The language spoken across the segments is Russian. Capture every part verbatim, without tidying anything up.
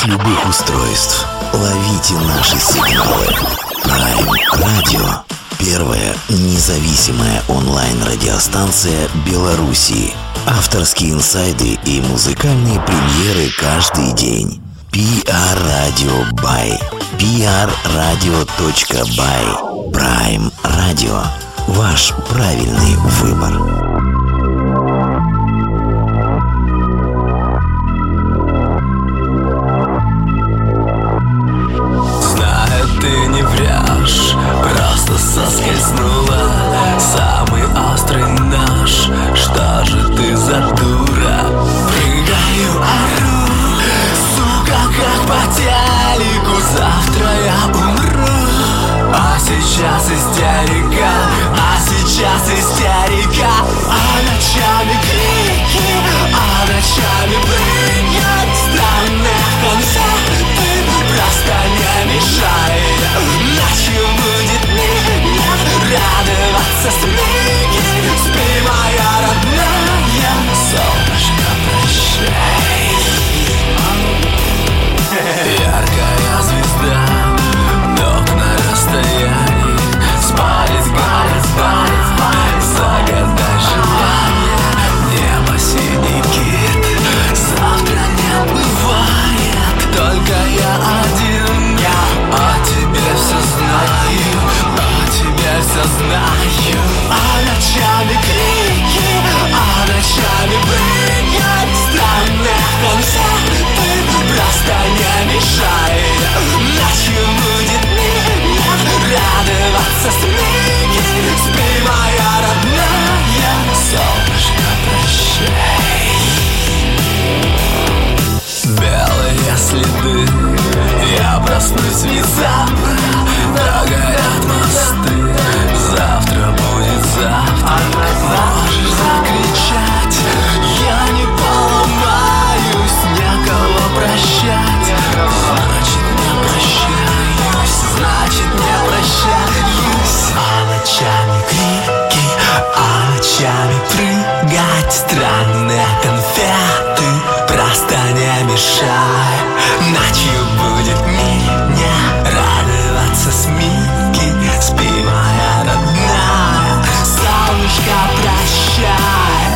с любых устройств. Ловите наши сигналы. Prime Radio. Первая независимая онлайн-радиостанция Беларуси. Авторские инсайды и музыкальные премьеры каждый день. пи ар Radio by пи ар радио точка бай. Prime Radio. Ваш правильный выбор. Просто соскользнула самый острый нож. Что же ты за дура? Прыгаю, ору, сука, как по телеку. Завтра я умру. А сейчас истерика, а сейчас истерика. А ночами крики, а ночами прыгать. Странные концерты, просто не мешай. Ночью будет меня радоваться смеги. Спи, моя родная, солнышко, прощай. Яркая звезда, ног на расстоянии. Спалит, горит, спалит, спалит. Загадай желание. Небо синий кит. Завтра не бывает. Только я один. Я о тебе все знаю. О тебе все знаю. А ночами крики, а ночами прыгать. Странные концерты, просто не мешай. Ночью будет меня радоваться смеги. Спи, моя родная, солнышко, прощай. Белые следы, я проснусь внезапно. Прогорят мосты, завтра будет завтра. Можешь закричать, я не поломаюсь. Некого прощать, значит не прощаюсь. Значит не прощаюсь. А ночами крики, а ночами прыгать. Странные конфеты, просто не мешай. Ночью будет меня радоваться смеги. Спи, моя родная, солнышко, прощай.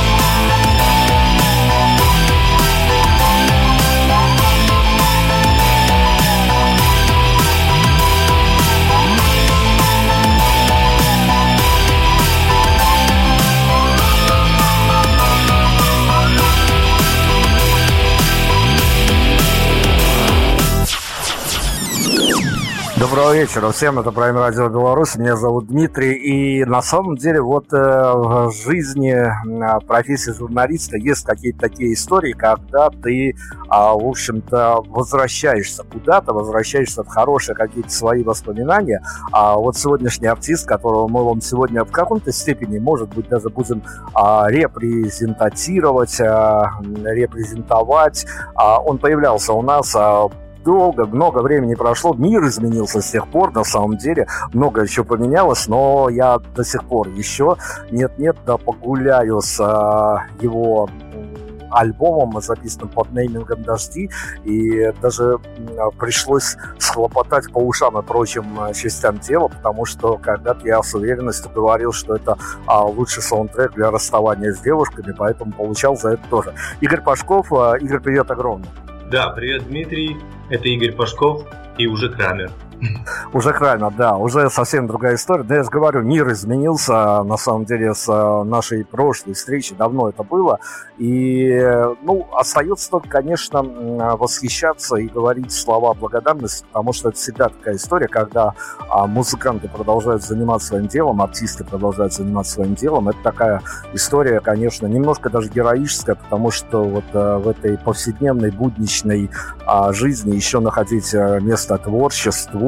Доброго вечера всем, это Prime Radio Беларусь, меня зовут Дмитрий, и на самом деле вот э, в жизни э, профессии журналиста есть какие-то такие истории, когда ты, э, в общем-то, возвращаешься куда-то, возвращаешься в хорошие какие-то свои воспоминания, а вот сегодняшний артист, которого мы вам сегодня в каком-то степени, может быть, даже будем э, репрезентатировать, э, репрезентовать, э, он появлялся у нас э, долго, много времени прошло, мир изменился с тех пор, на самом деле, много еще поменялось, но я до сих пор еще нет-нет, да погуляю с а, его альбомом, записанным под неймингом «Дожди», и даже пришлось схлопотать по ушам и прочим частям тела, потому что когда-то я с уверенностью говорил, что это а, лучший саундтрек для расставания с девушками, поэтому получал за это тоже. Игорь Пашков. Игорь, привет огромный. Да, привет, Дмитрий. Это Игорь Пашков и уже Крамер. Уже Крамер, да, уже совсем другая история. Да, я же говорю, мир изменился, на самом деле, с нашей прошлой встречи, давно это было. И, ну, остается только, конечно, восхищаться и говорить слова благодарности, потому что это всегда такая история, когда музыканты продолжают заниматься своим делом, артисты продолжают заниматься своим делом. Это такая история, конечно, немножко даже героическая, потому что вот в этой повседневной, будничной жизни еще находить место творчеству,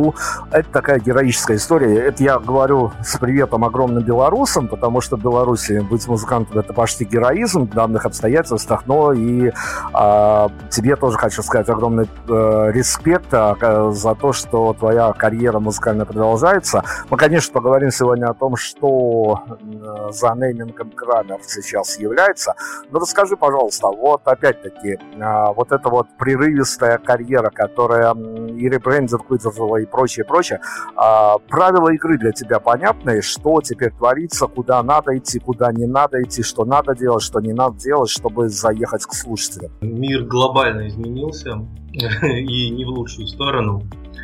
году. Это такая героическая история. Это я говорю с приветом огромным белорусам, потому что в Беларуси быть музыкантом — это почти героизм в данных обстоятельствах, но и а, тебе тоже хочу сказать огромный а, респект а, за то, что твоя карьера музыкальная продолжается. Мы, конечно, поговорим сегодня о том, что а, за неймингом Крамер сейчас является. Но расскажи, пожалуйста, вот опять-таки, а, вот эта вот прерывистая карьера, которая и ребрендинг выдержала, и прочее, прочее. А, правила игры для тебя понятны? Что теперь творится, куда надо идти, куда не надо идти, что надо делать, что не надо делать, чтобы заехать к слушателям? Мир глобально изменился, и не в лучшую сторону.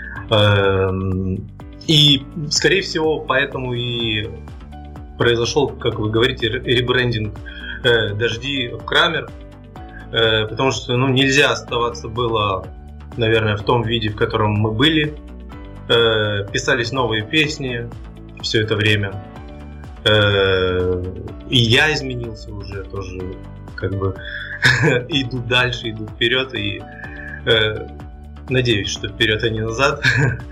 И, скорее всего, поэтому и произошел, как вы говорите, ребрендинг «Дожди» в Крамер, потому что ну, нельзя оставаться было, наверное, в том виде, в котором мы были. Писались новые песни все это время. И я изменился уже тоже, как бы иду дальше, иду вперед, и надеюсь, что вперед, а не назад.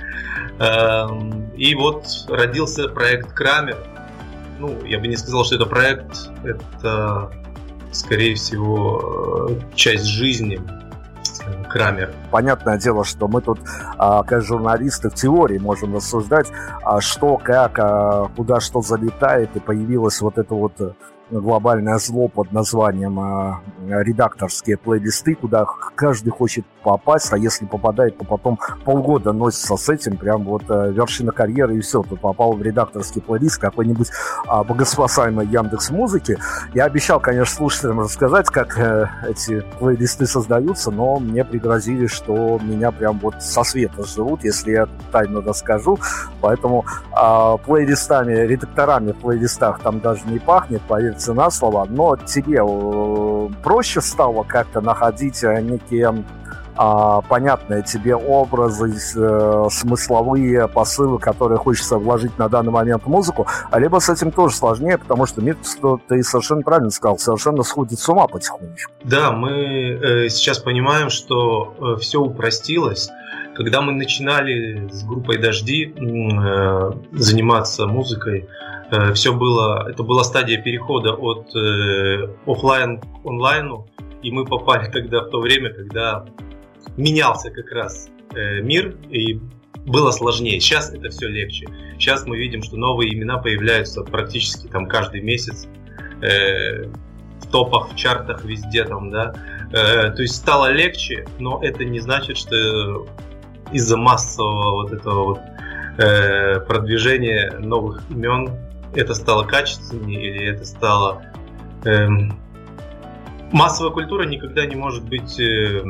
И вот родился проект Крамер. Ну, я бы не сказал, что это проект, это, скорее всего, часть жизни Крамер. Понятное дело, что мы тут, как журналисты, в теории можем рассуждать, что, как, куда что залетает, и появилось вот это вот глобальное зло под названием э, редакторские плейлисты, куда каждый хочет попасть, а если попадает, то потом полгода носится с этим, прям вот э, вершина карьеры, и все, ты попал в редакторский плейлист какой-нибудь э, богоспасаемой Яндекс.Музыки. Я обещал, конечно, слушателям рассказать, как э, эти плейлисты создаются, но мне пригрозили, что меня прям вот со света сживут, если я тайну расскажу, поэтому э, плейлистами, редакторами в плейлистах там даже не пахнет, поверьте на слово, но тебе проще стало как-то находить некие а, понятные тебе образы, э, смысловые посылы, которые хочется вложить на данный момент в музыку, а либо с этим тоже сложнее, потому что мир, что ты совершенно правильно сказал, совершенно сходит с ума потихонечку. Да, мы э, сейчас понимаем, что э, все упростилось. Когда мы начинали с группой «Дожди» э, заниматься музыкой, э, все было, это была стадия перехода от э, офлайн к онлайну, и мы попали тогда в то время, когда менялся как раз э, мир, и было сложнее. Сейчас это все легче. Сейчас мы видим, что новые имена появляются практически там каждый месяц э, в топах, в чартах, везде там, да. Э, то есть стало легче, но это не значит, что из-за массового вот этого вот э, продвижения новых имен это стало качественнее или это стало... Э, массовая культура никогда не может быть э,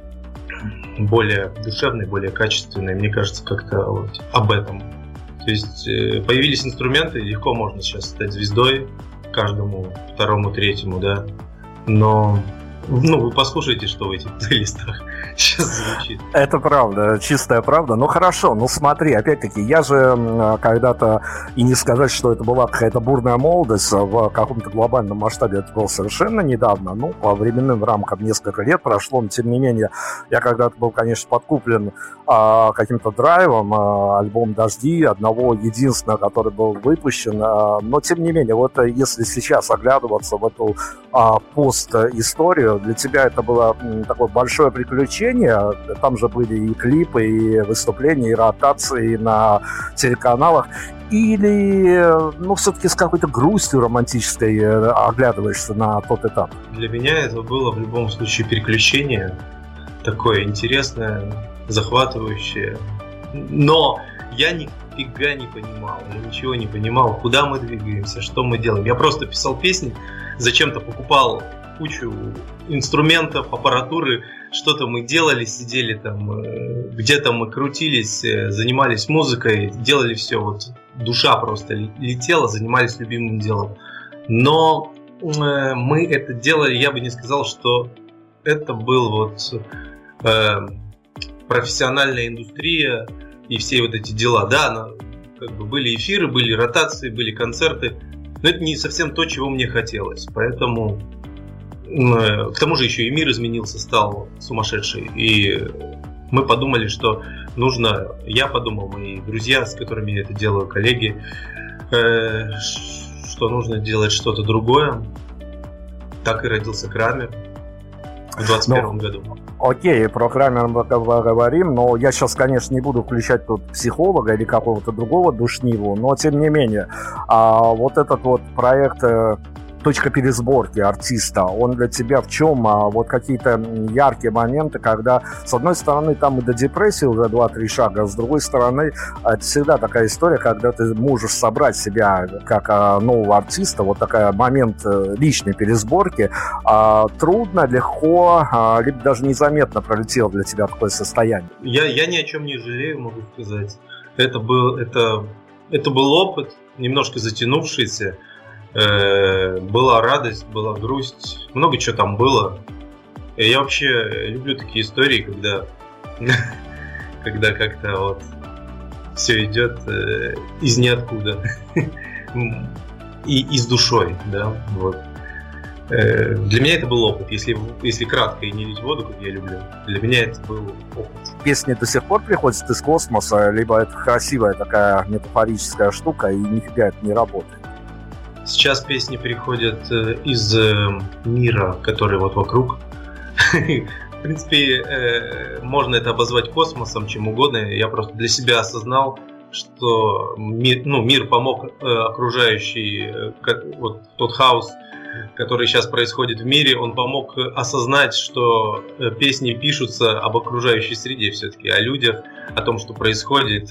более душевной, более качественной. Мне кажется, как-то вот об этом. То есть э, появились инструменты, легко можно сейчас стать звездой каждому второму, третьему, да. Но ну, вы послушайте, что в этих плейлистах сейчас звучит. Это правда, чистая правда. Ну хорошо, ну смотри, опять-таки, я же когда-то, и не сказать, что это была какая-то бурная молодость, в каком-то глобальном масштабе это было совершенно недавно, ну, по временным рамкам несколько лет прошло, но тем не менее, я когда-то был, конечно, подкуплен а, каким-то драйвом, а, альбом «Дожди», одного единственного, который был выпущен, а, но тем не менее, вот если сейчас оглядываться в эту а, пост-историю, для тебя это было такое большое приключение. Там же были и клипы, и выступления, и ротации на телеканалах. Или, ну, все-таки с какой-то грустью романтической оглядываешься на тот этап? Для меня это было в любом случае приключение. Такое интересное, захватывающее. Но я нифига не понимал. Я ничего не понимал, куда мы двигаемся, что мы делаем. Я просто писал песни, зачем-то покупал кучу инструментов, аппаратуры, что-то мы делали, сидели там, где-то мы крутились, занимались музыкой, делали все, вот душа просто летела, занимались любимым делом. Но э, мы это делали, я бы не сказал, что это был вот э, профессиональная индустрия и все вот эти дела. Да, как бы были эфиры, были ротации, были концерты, но это не совсем то, чего мне хотелось, поэтому... К тому же еще и мир изменился, стал сумасшедший. И мы подумали, что нужно, я подумал, мои друзья, с которыми я это делаю, коллеги, э, что нужно делать что-то другое. Так и родился Крамер в двадцать первом году. Окей, про Крамер мы говорим, но я сейчас, конечно, не буду включать тут психолога или какого-то другого душнивого, но тем не менее, а вот этот вот проект «Точка пересборки» артиста, он для тебя в чем? А вот какие-то яркие моменты, когда, с одной стороны, там и до депрессии уже два-три шага, а с другой стороны, это всегда такая история, когда ты можешь собрать себя как нового артиста, вот такой момент личной пересборки, а трудно, легко, а, либо даже незаметно пролетело для тебя такое состояние. Я, я ни о чем не жалею, могу сказать. Это был, это, это был опыт, немножко затянувшийся. Была радость, была грусть, много чего там было. Я вообще люблю такие истории, когда, когда как-то вот все идет из ниоткуда и, и с душой, да, вот. Для меня это был опыт, если, если кратко и не лить воду, как я люблю. Для меня это был опыт. Песни до сих пор приходят из космоса, либо это красивая такая метафорическая штука и нифига это не работает? Сейчас песни приходят из мира, который вот вокруг. В принципе, можно это обозвать космосом, чем угодно. Я просто для себя осознал, что мир, ну, мир помог окружающий, вот тот хаос, который сейчас происходит в мире, он помог осознать, что песни пишутся об окружающей среде все-таки, о людях, о том, что происходит.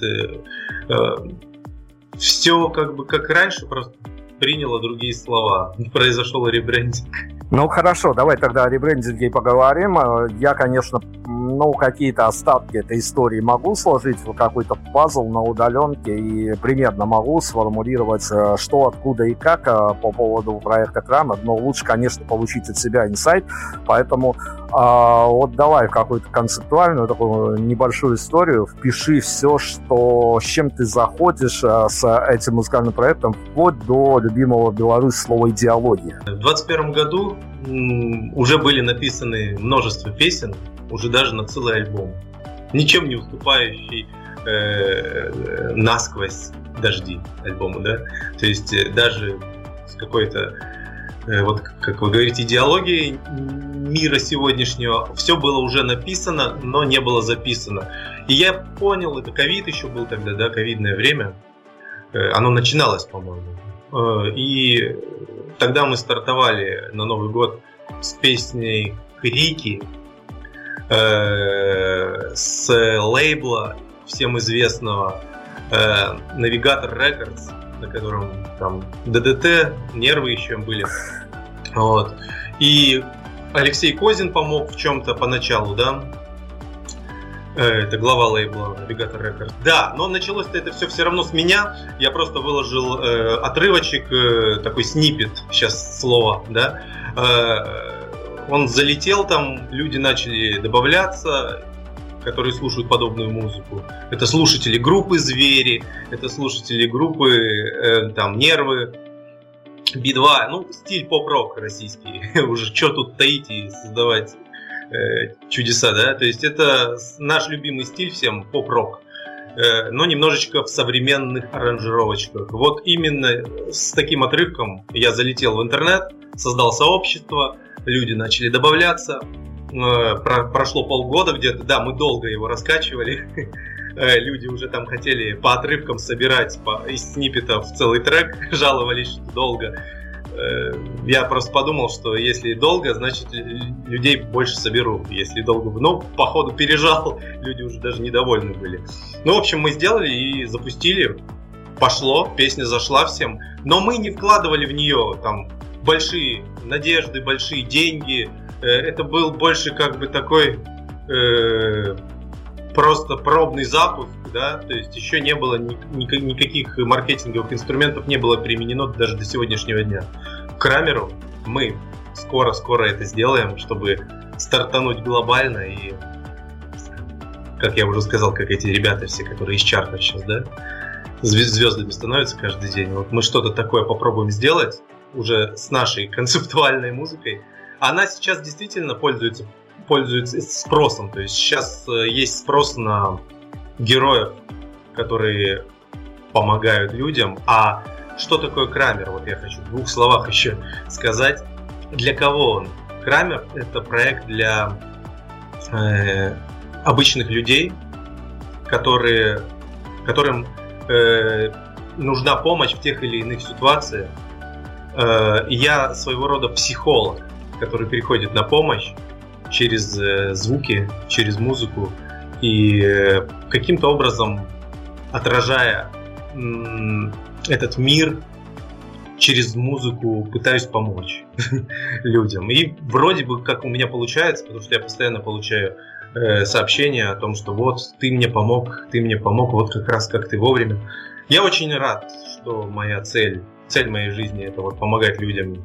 Все как бы как раньше, просто приняло другие слова. Произошел ребрендинг. Ну хорошо, давай тогда о ребрендинге поговорим. Я, конечно, ну какие-то остатки этой истории могу сложить в какой-то пазл на удаленке и примерно могу сформулировать, что, откуда и как по поводу проекта Крамер, но лучше, конечно, получить от себя инсайт. Поэтому а, вот давай в какую-то концептуальную такую небольшую историю впиши все, что, с чем ты заходишь а, с этим музыкальным проектом, вплоть до любимого в Беларуси слова «идеология». В двадцать первом году м, уже были написаны множество песен, уже даже на целый альбом, ничем не уступающий э, насквозь «Дожди» альбому, да, то есть э, даже с какой-то э, вот, как вы говорите, идеологией мира сегодняшнего, все было уже написано, но не было записано. И я понял, это ковид еще был тогда, да, ковидное время, э, оно начиналось, по-моему, э, и тогда мы стартовали на Новый год с песней «Крики», э, с лейбла всем известного э, Navigator Records, на котором там ДДТ, Нервы еще были. Вот. И Алексей Козин помог в чем-то поначалу, да. Это глава лейбла Navigator Records. Да, но началось-то это все все равно с меня. Я просто выложил э, отрывочек, э, такой сниппет, сейчас слово, да. Э, он залетел там, люди начали добавляться, которые слушают подобную музыку. Это слушатели группы «Звери», это слушатели группы э, там «Нервы», би два, ну, стиль поп-рок российский. Уже что тут таить и создавать э, чудеса, да? То есть это наш любимый стиль всем, поп-рок, э, но немножечко в современных аранжировочках. Вот именно с таким отрывком я залетел в интернет, создал сообщество, люди начали добавляться. Э, про, прошло полгода где-то, да, мы долго его раскачивали. Люди уже там хотели по отрывкам собирать по, из сниппетов целый трек, жаловались, что долго. Я просто подумал, что если долго, значит людей больше соберу. Если долго, ну, походу пережал, люди уже даже недовольны были. Ну, в общем, мы сделали и запустили. Пошло, песня зашла всем. Но мы не вкладывали в нее там большие надежды, большие деньги. Это был больше как бы такой... Э- просто пробный запуск, да, то есть еще не было ни, ни, никаких маркетинговых инструментов не было применено даже до сегодняшнего дня. К Крамеру мы скоро-скоро это сделаем, чтобы стартануть глобально и, как я уже сказал, как эти ребята все, которые из чартов сейчас, да, звездами становятся каждый день. Вот мы что-то такое попробуем сделать уже с нашей концептуальной музыкой. Она сейчас действительно пользуется пользуется спросом, то есть сейчас есть спрос на героев, которые помогают людям. А что такое Крамер? Вот я хочу в двух словах еще сказать. Для кого он? Крамер — это проект для э, обычных людей, которые, которым э, нужна помощь в тех или иных ситуациях. Э, я своего рода психолог, который переходит на помощь через э, звуки, через музыку и э, каким-то образом отражая м, этот мир через музыку, пытаюсь помочь людям. И вроде бы как у меня получается, потому что я постоянно получаю э, сообщения о том, что вот ты мне помог, ты мне помог, вот как раз как ты вовремя. Я очень рад, что моя цель, цель моей жизни — это вот помогать людям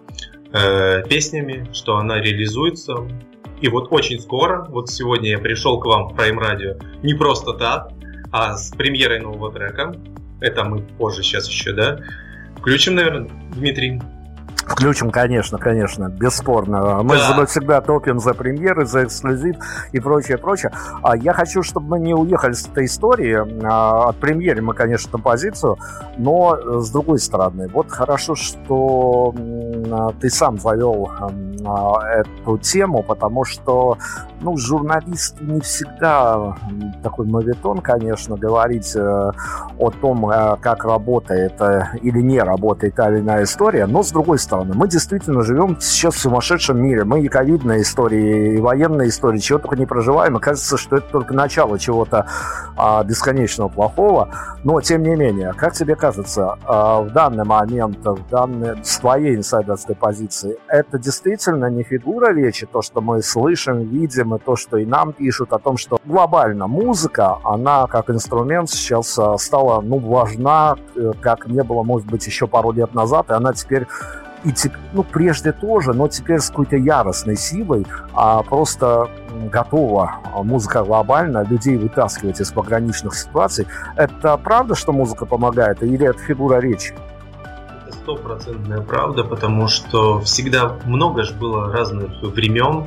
э, песнями, что она реализуется. И вот очень скоро, вот сегодня я пришел к вам в Prime Radio не просто так, а с премьерой нового трека. Это мы позже сейчас еще, да? Включим, наверное, Дмитрий? Включим, конечно, конечно, бесспорно. Мы да. же всегда топим за премьеры, за эксклюзив и прочее, прочее. Я хочу, чтобы мы не уехали с этой истории. От премьеры мы, конечно, композицию, но с другой стороны, вот хорошо, что ты сам завел эту тему, потому что, ну, журналист не всегда такой моветон, конечно, говорить о том, как работает или не работает та или иная история, но с другой стороны, мы действительно живем сейчас в сумасшедшем мире. Мы и ковидные истории, и военные истории, чего только не проживаем. И кажется, что это только начало чего-то а, бесконечного плохого. Но, тем не менее, как тебе кажется, а, в данный момент, в данный, с твоей инсайдерской позиции, это действительно не фигура речи, то, что мы слышим, видим, и то, что и нам пишут о том, что глобально музыка, она как инструмент сейчас стала, ну, важна, как не было, может быть, еще пару лет назад, и она теперь И, ну, прежде тоже, но теперь с какой-то яростной силой, а просто готова музыка глобально людей вытаскивать из пограничных ситуаций. Это правда, что музыка помогает, или это фигура речи? Это стопроцентная правда, потому что всегда много же было разных времен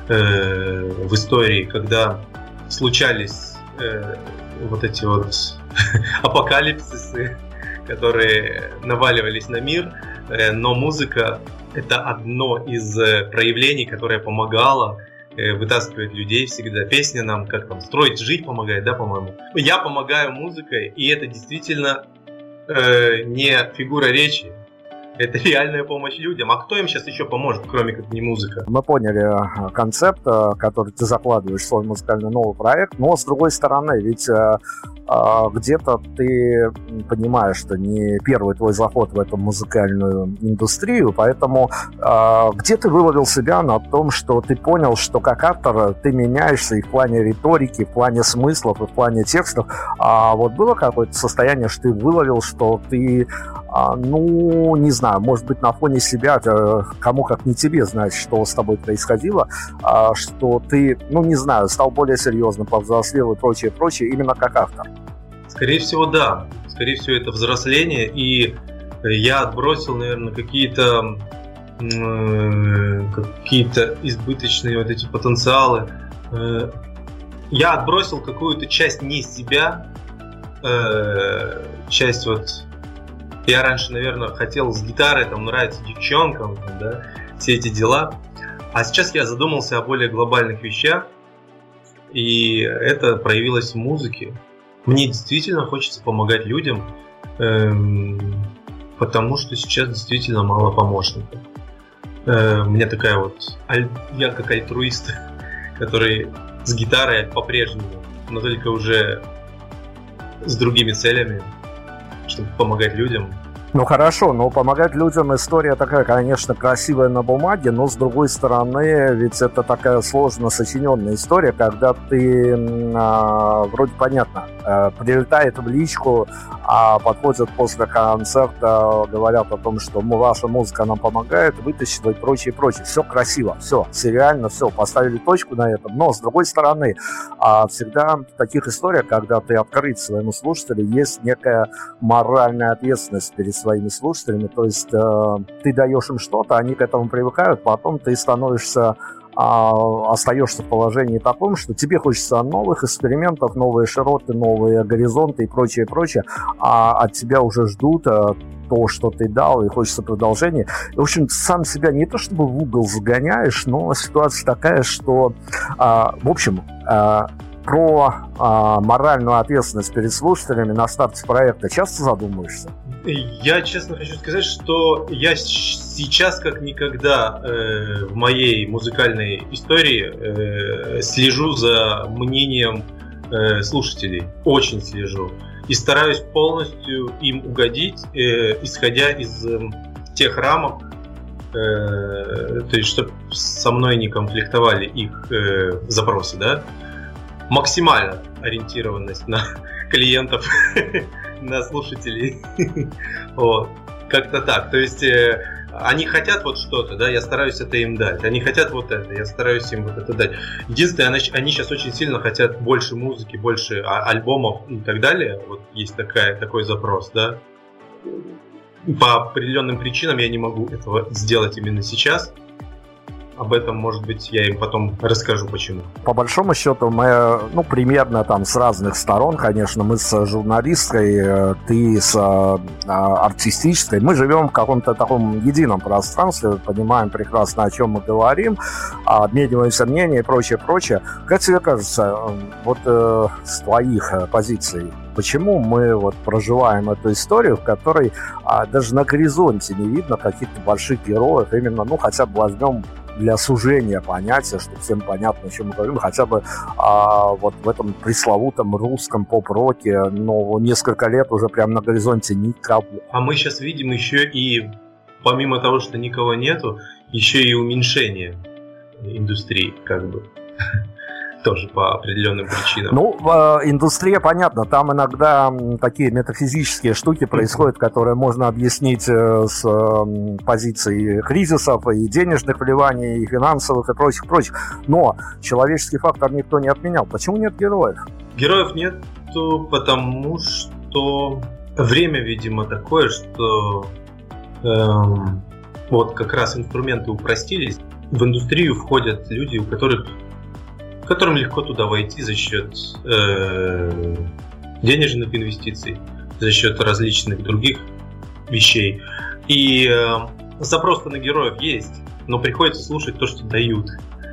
э, в истории, когда случались э, вот эти вот апокалипсисы, которые наваливались на мир. Но музыка — это одно из проявлений, которое помогало вытаскивать людей всегда. Песня нам как там строить, жить помогает, да, по-моему. Я помогаю музыкой, и это действительно э, не фигура речи. Это реальная помощь людям. А кто им сейчас еще поможет, кроме как не музыка? Мы поняли концепт, который ты закладываешь в свой музыкальный новый проект, но с другой стороны, ведь где-то ты понимаешь, что не первый твой заход в эту музыкальную индустрию, поэтому где ты выловил себя на том, что ты понял, что как автор ты меняешься и в плане риторики, в плане смыслов, и в плане текстов. А вот было какое-то состояние, что ты выловил, что ты, ну, не знаю, может быть, на фоне себя, кому как не тебе знать, что с тобой происходило, что ты, ну, не знаю, стал более серьезным, повзрослел и прочее, прочее, именно как автор? Скорее всего, да. Скорее всего, это взросление, и я отбросил, наверное, какие-то какие-то избыточные вот эти потенциалы. Я отбросил какую-то часть не себя, часть вот... Я раньше, наверное, хотел с гитарой там нравиться девчонкам, да, все эти дела. А сейчас я задумался о более глобальных вещах, и это проявилось в музыке. Мне действительно хочется помогать людям, эм, потому что сейчас действительно мало помощников. Э, у меня такая вот... Я как альтруист, который с гитарой по-прежнему, но только уже с другими целями, чтобы помогать людям. Ну хорошо, но помогать людям история такая, конечно, красивая на бумаге, но с другой стороны, ведь это такая сложно сочиненная история, когда ты, э, вроде понятно, э, прилетает в личку, а подходят после концерта, говорят о том, что ну, ваша музыка нам помогает, вытащить и прочее, прочее. Все красиво, все, сериально, все, поставили точку на этом. Но с другой стороны, э, всегда в таких историях, когда ты открыт своему слушателю, есть некая моральная ответственность перед своими слушателями, то есть э, ты даешь им что-то, они к этому привыкают, потом ты становишься э, а, остаешься в положении таком, что тебе хочется новых экспериментов, новые широты, новые горизонты и прочее, прочее, а от тебя уже ждут а, то, что ты дал, и хочется продолжения. И, в общем, сам себя не то чтобы в угол загоняешь, но ситуация такая, что, а, в общем, а, про а, моральную ответственность перед слушателями на старте проекта часто задумываешься? Я честно хочу сказать, что я сейчас как никогда э, в моей музыкальной истории э, слежу за мнением э, слушателей. Очень слежу. И стараюсь полностью им угодить, э, исходя из э, тех рамок, э, то есть чтобы со мной не конфликтовали их э, запросы, да? Максимально ориентированность на клиентов, на слушателей. Вот. Как-то так. То есть э, они хотят вот что-то, да, я стараюсь это им дать. Они хотят вот это, я стараюсь им вот это дать. Единственное, они, они сейчас очень сильно хотят больше музыки, больше а- альбомов и так далее. Вот есть такая, такой запрос, да. По определенным причинам я не могу этого сделать именно сейчас. Об этом, может быть, я им потом расскажу, почему. По большому счету, мы, ну, примерно там с разных сторон, конечно, мы с журналисткой, ты с а, артистической, мы живем в каком-то таком едином пространстве, понимаем прекрасно, о чем мы говорим, обмениваемся мнением и прочее, прочее. Как тебе кажется, вот э, с твоих позиций, почему мы вот проживаем эту историю, в которой а, даже на горизонте не видно каких-то больших героев, именно, ну, хотя бы возьмем для сужения понятия, чтобы всем понятно, о чем мы говорим, хотя бы а, вот в этом пресловутом русском поп-роке, но несколько лет уже прям на горизонте никого. А мы сейчас видим еще и, помимо того, что никого нету, еще и уменьшение индустрии, как бы. Тоже по определенным причинам. Ну, индустрия, понятно, там иногда такие метафизические штуки происходят, которые можно объяснить с позиции кризисов и денежных вливаний, и финансовых, и прочих, прочих. Но человеческий фактор никто не отменял. Почему нет героев? Героев нету, потому что время, видимо, такое, что эм, вот как раз инструменты упростились. В индустрию входят люди, у которых которым легко туда войти за счет э, денежных инвестиций, за счет различных других вещей. И э, запрос на героев есть, но приходится слушать то, что дают.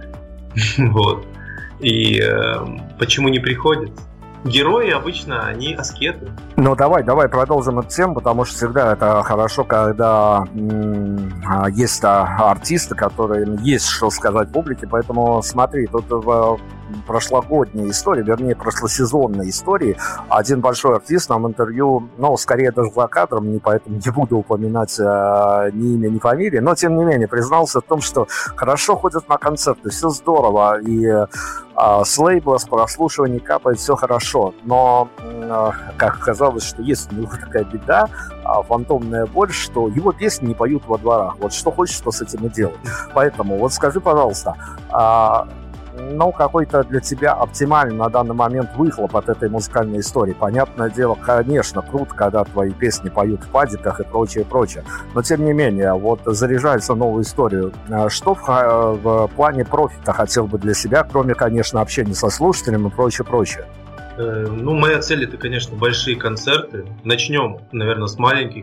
Вот. И э, почему не приходят? Герои обычно, они аскеты. Ну, давай, давай продолжим эту тему, потому что всегда это хорошо, когда м- есть артисты, которые есть что сказать публике, поэтому смотри, тут в прошлогодней истории, вернее, прошлосезонной истории, один большой артист нам интервью, ну, скорее даже за кадром, не поэтому не буду упоминать э, ни имя, ни фамилии, но, тем не менее, признался в том, что хорошо ходят на концерты, все здорово, и э, с лейбла, с прослушивания капает, все хорошо, но, э, как оказалось, что есть у него такая беда, э, фантомная боль, что его песни не поют во дворах. Вот что хочешь, что с этим и делать. Поэтому, вот скажи, пожалуйста, э, ну, какой-то для тебя оптимальный на данный момент выхлоп от этой музыкальной истории. Понятное дело, конечно, круто, когда твои песни поют в падиках и прочее, прочее. Но, тем не менее, вот заряжается новую историю. Что в, в плане профита хотел бы для себя, кроме, конечно, общения со слушателями и прочее, прочее? Ну, моя цель — это, конечно, большие концерты. Начнем, наверное, с маленьких,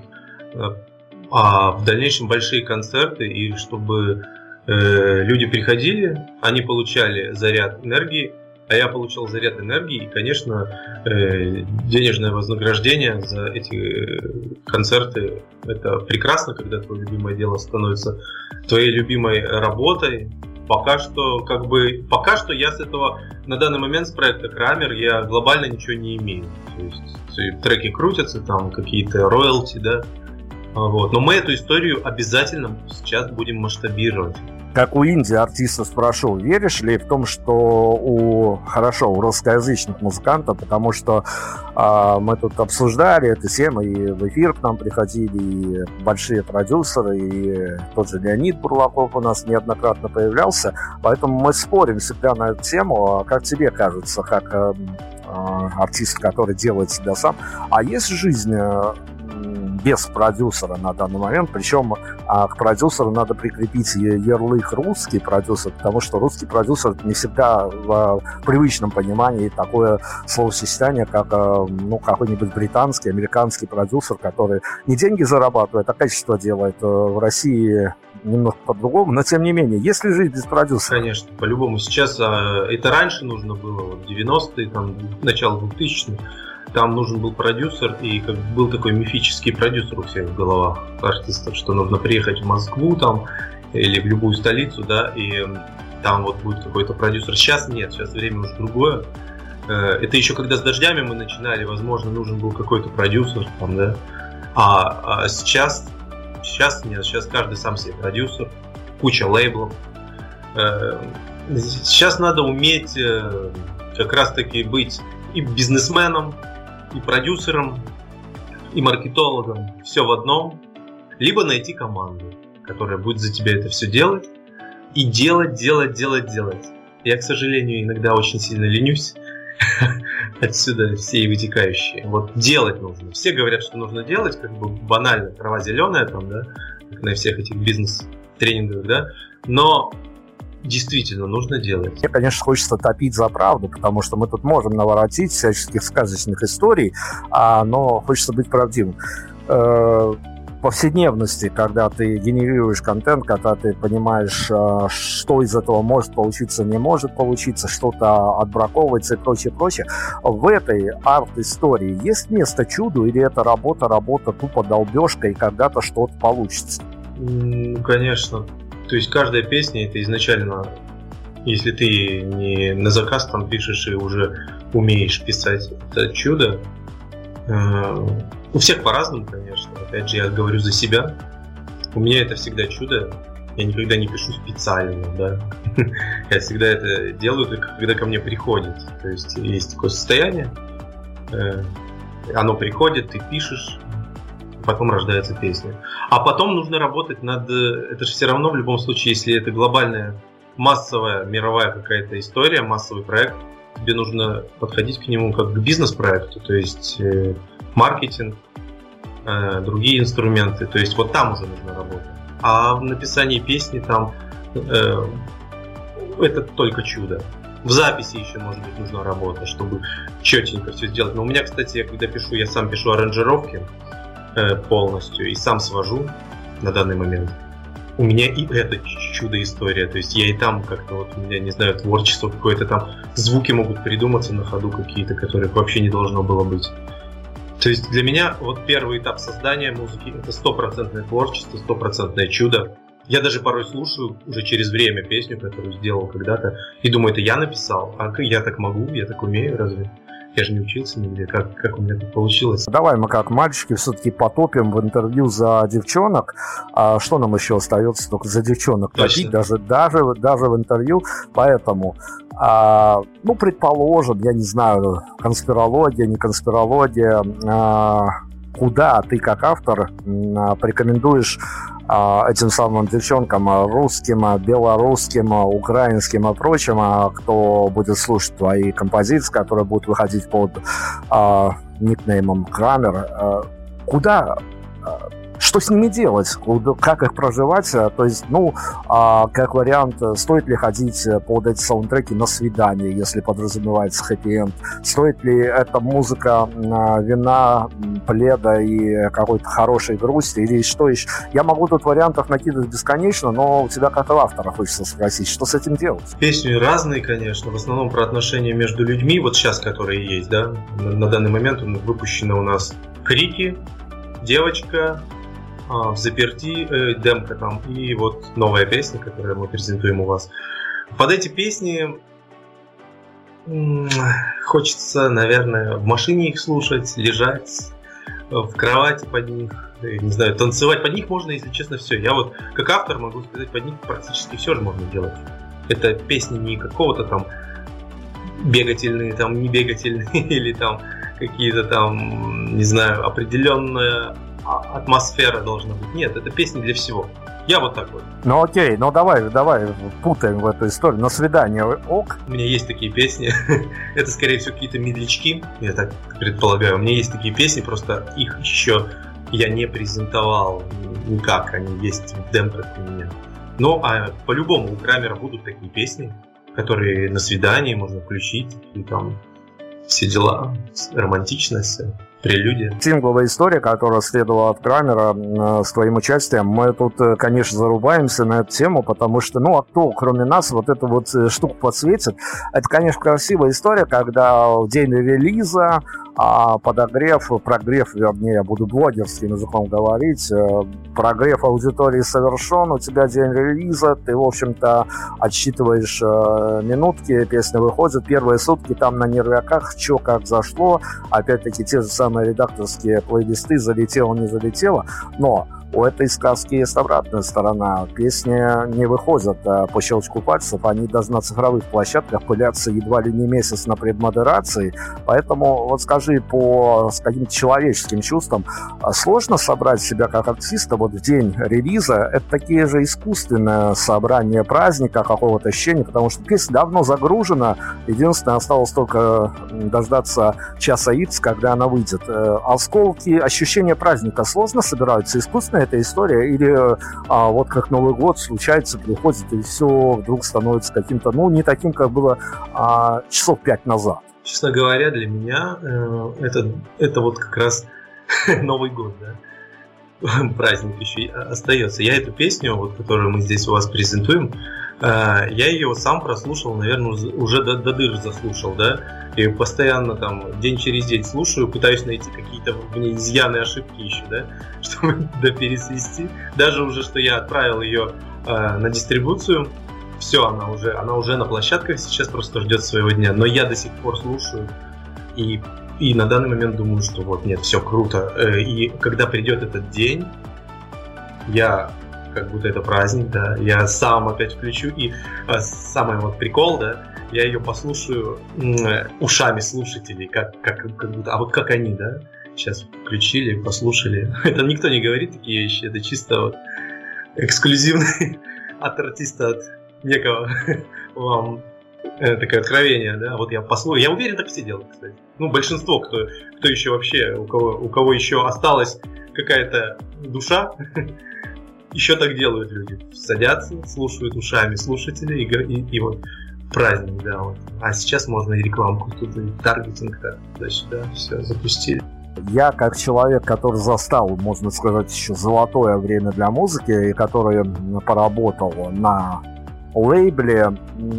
а в дальнейшем большие концерты, и чтобы люди приходили, они получали заряд энергии, а я получал заряд энергии и, конечно, денежное вознаграждение за эти концерты. Это прекрасно, когда твое любимое дело становится твоей любимой работой. Пока что, как бы, пока что я с этого, на данный момент с проекта Крамер, я глобально ничего не имею. То есть треки крутятся, там какие-то роялти, да. Вот. Но мы эту историю обязательно сейчас будем масштабировать. Как у инди-артистов спрошу, веришь ли в том, что у, хорошо, у русскоязычных музыкантов, потому что э, мы тут обсуждали эту тему, и в эфир к нам приходили и большие продюсеры, и тот же Леонид Бурлаков у нас неоднократно появлялся, поэтому мы спорим всегда на эту тему. Как тебе кажется, как э, э, артист, который делает себя сам, а есть жизнь э, без продюсера на данный момент, причем а, к продюсеру надо прикрепить ярлык русский продюсер, потому что русский продюсер не всегда в, в привычном понимании такое словосочетание, как ну, какой-нибудь британский, американский продюсер, который не деньги зарабатывает, а качество делает. В России немного по-другому, но тем не менее, есть ли жить без продюсера? Конечно, по-любому. Сейчас а, это раньше нужно было, вот девяностые, там, начало двухтысячных, там нужен был продюсер, и как был такой мифический продюсер у всех в головах артистов, что нужно приехать в Москву там или в любую столицу, да, и там вот будет какой-то продюсер. Сейчас нет, сейчас время уже другое. Это еще когда с дождями мы начинали, возможно, нужен был какой-то продюсер там, да. А, а сейчас, сейчас нет, сейчас каждый сам себе продюсер, куча лейблов. Сейчас надо уметь как раз-таки быть и бизнесменом, и продюсером, и маркетологом, все в одном, либо найти команду, которая будет за тебя это все делать, и делать, делать, делать, делать. Я, к сожалению, иногда очень сильно ленюсь, отсюда все и вытекающие. Вот делать нужно. Все говорят, что нужно делать, как бы банально, трава зеленая там, да, как на всех этих бизнес-тренингах, да, но действительно нужно делать. Мне, конечно, хочется топить за правду, потому что мы тут можем наворотить всяческих сказочных историй, а, но хочется быть правдивым. Э, повседневности, когда ты генерируешь контент, когда ты понимаешь, что из этого может получиться, не может получиться, что-то отбраковывается и прочее, прочее. В этой арт-истории есть место чуду, или это работа, работа тупо долбежка, и когда-то что-то получится? Ну, конечно. То есть каждая песня — это изначально, если ты не на заказ там пишешь и уже умеешь писать это чудо. У всех по-разному, конечно. Опять же, я говорю за себя. У меня это всегда чудо. Я никогда не пишу специально, да. Я всегда это делаю только когда ко мне приходит. То есть есть такое состояние, оно приходит, ты пишешь, потом рождается песня. А потом нужно работать над... Это же все равно в любом случае, если это глобальная, массовая, мировая какая-то история, массовый проект, тебе нужно подходить к нему как к бизнес-проекту, то есть э, маркетинг, э, другие инструменты, то есть вот там уже нужно работать. А в написании песни там э, это только чудо. В записи еще, может быть, нужна работа, чтобы четенько все сделать. Но у меня, кстати, я когда пишу, я сам пишу аранжировки э, полностью и сам свожу на данный момент. У меня и это чудо-история, то есть я и там как-то вот, у меня, не знаю, творчество какое-то там, звуки могут придуматься на ходу какие-то, которых вообще не должно было быть. То есть для меня вот первый этап создания музыки — это стопроцентное творчество, стопроцентное чудо. Я даже порой слушаю уже через время песню, которую сделал когда-то, и думаю, это я написал, а я так могу, я так умею, разве? Я же не учился нигде, как, как у меня тут получилось. Давай мы как мальчики все-таки потопим в интервью за девчонок. А что нам еще остается? Только за девчонок топить, даже, даже, даже в интервью. Поэтому, а, ну, предположим, я не знаю, конспирология, не конспирология, а, куда ты как автор а, порекомендуешь а, этим самым девчонкам, русским, белорусским, украинским и прочим, а, кто будет слушать твои композиции, которые будут выходить под а, никнеймом Крамер, а, куда, а, что с ними делать, куда, как их проживать, то есть, ну, а, как вариант, стоит ли ходить под эти саундтреки на свидание, если подразумевается хэппи-энд, стоит ли эта музыка а, вина, пледа и какой-то хорошей грусти, или что еще. Я могу тут вариантов накидывать бесконечно, но у тебя как у автора хочется спросить, что с этим делать? Песни разные, конечно, в основном про отношения между людьми, вот сейчас, которые есть, да, на данный момент выпущены у нас «Крики», «Девочка», в заперти, э, демка там, и вот новая песня, которую мы презентуем у вас. Под эти песни м- хочется, наверное, в машине их слушать, лежать в кровати под них, не знаю, танцевать под них можно, если честно, все. Я вот как автор могу сказать, под них практически все же можно делать. Это песни не какого-то там бегательные, там не бегательные или там какие-то там, не знаю, определенная атмосфера должна быть. Нет, это песни для всего. Я вот так вот. Ну окей, ну давай, давай путаем в эту историю. На свидание ок? У меня есть такие песни. Это, скорее всего, какие-то медлячки, я так предполагаю. У меня есть такие песни, просто их еще я не презентовал никак, они есть в демках у меня. Но а по-любому у Крамера будут такие песни, которые на свидании можно включить, и там все дела, романтичность, прелюдия. Сингловая история, которая следовала от Крамера э, с твоим участием, мы тут, конечно, зарубаемся на эту тему, потому что, ну, а кто, кроме нас, вот эту вот штуку подсветит? Это, конечно, красивая история, когда в день релиза а подогрев, прогрев, вернее, я буду блогерским языком говорить, прогрев аудитории совершен, у тебя день релиза, ты, в общем-то, отсчитываешь минутки, песня выходит, первые сутки там на нервяках, что как зашло, опять-таки те же самые редакторские плейлисты, залетело, не залетело, но у этой сказки есть обратная сторона. Песни не выходят а по щелчку пальцев, они даже на цифровых площадках пылятся едва ли не месяц на предмодерации. Поэтому вот скажи, по с каким-то человеческим чувствам, сложно собрать себя как артиста вот в день релиза? Это такие же искусственные собрания праздника, какого-то ощущения, потому что песня давно загружена. Единственное, осталось только дождаться часа икс, когда она выйдет. Осколки, ощущения праздника сложно собираются искусственно? Эта история, или а, вот как Новый год случается, приходит, и все вдруг становится каким-то, ну, не таким, как было а, часов пять назад. Честно говоря, для меня э, это, это вот как раз Новый год, да, праздник еще остается. Я эту песню, вот, которую мы здесь у вас презентуем, э, я ее сам прослушал, наверное, уже до, до дыр заслушал, да, и постоянно там день через день слушаю, пытаюсь найти какие-то в ней изъяны, ошибки еще, да, чтобы да, пересвести. Даже уже, что я отправил ее э, на дистрибуцию, все, она уже, она уже на площадках сейчас, просто ждет своего дня. Но я до сих пор слушаю и, и на данный момент думаю, что вот, нет, все круто. Э, и когда придет этот день, я, как будто это праздник, да, я сам опять включу. И э, самый вот прикол, да, я ее послушаю м- ушами слушателей, как, как, как будто, а вот как они, да, сейчас включили, послушали. Это никто не говорит такие вещи, это чисто вот эксклюзивный от артиста, от некого вам э, такое откровение, да, вот я послушаю. Я уверен, так все делают, кстати. Ну, большинство, кто, кто еще вообще, у кого, у кого еще осталась какая-то душа, еще так делают люди. Садятся, слушают ушами слушателей и, и, и вот праздник, да, вот. А сейчас можно и рекламку тут, и таргетинг, да, туда-сюда, все запустили. Я, как человек, который застал, можно сказать, еще золотое время для музыки, и который поработал на лейбле,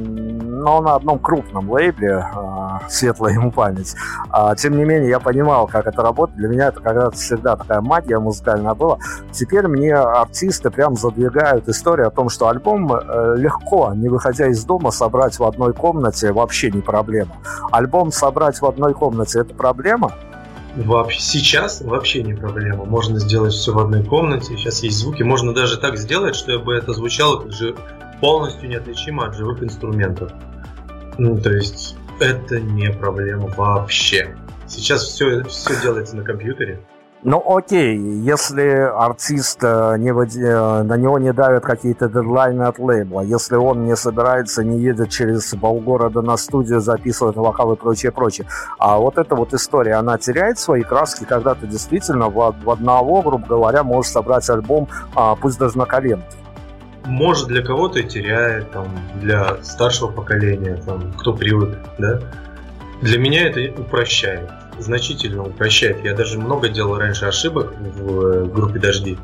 но на одном крупном лейбле, светлая ему память. Тем не менее, я понимал, как это работает. Для меня это когда-то всегда такая магия музыкальная была. Теперь мне артисты прям задвигают историю о том, что альбом легко, не выходя из дома, собрать в одной комнате вообще не проблема. Альбом собрать в одной комнате — это проблема? Вообще, сейчас вообще не проблема. Можно сделать все в одной комнате. Сейчас есть звуки. Можно даже так сделать, чтобы это звучало как же полностью неотличимо от живых инструментов. Ну, то есть это не проблема вообще. Сейчас все, все делается на компьютере. Ну окей, если артист не води... на него не давят какие-то дедлайны от лейбла, если он не собирается, не едет через полгорода на студию, записывает вокал и прочее, прочее. А вот эта вот история, она теряет свои краски, когда ты действительно в, в одного, грубо говоря, можешь собрать альбом, а, пусть даже на коленке. Может, для кого-то и теряет, там, для старшего поколения, там, кто привык, да. Для меня это упрощает, значительно упрощает. Я даже много делал раньше ошибок в группе «Дожди»,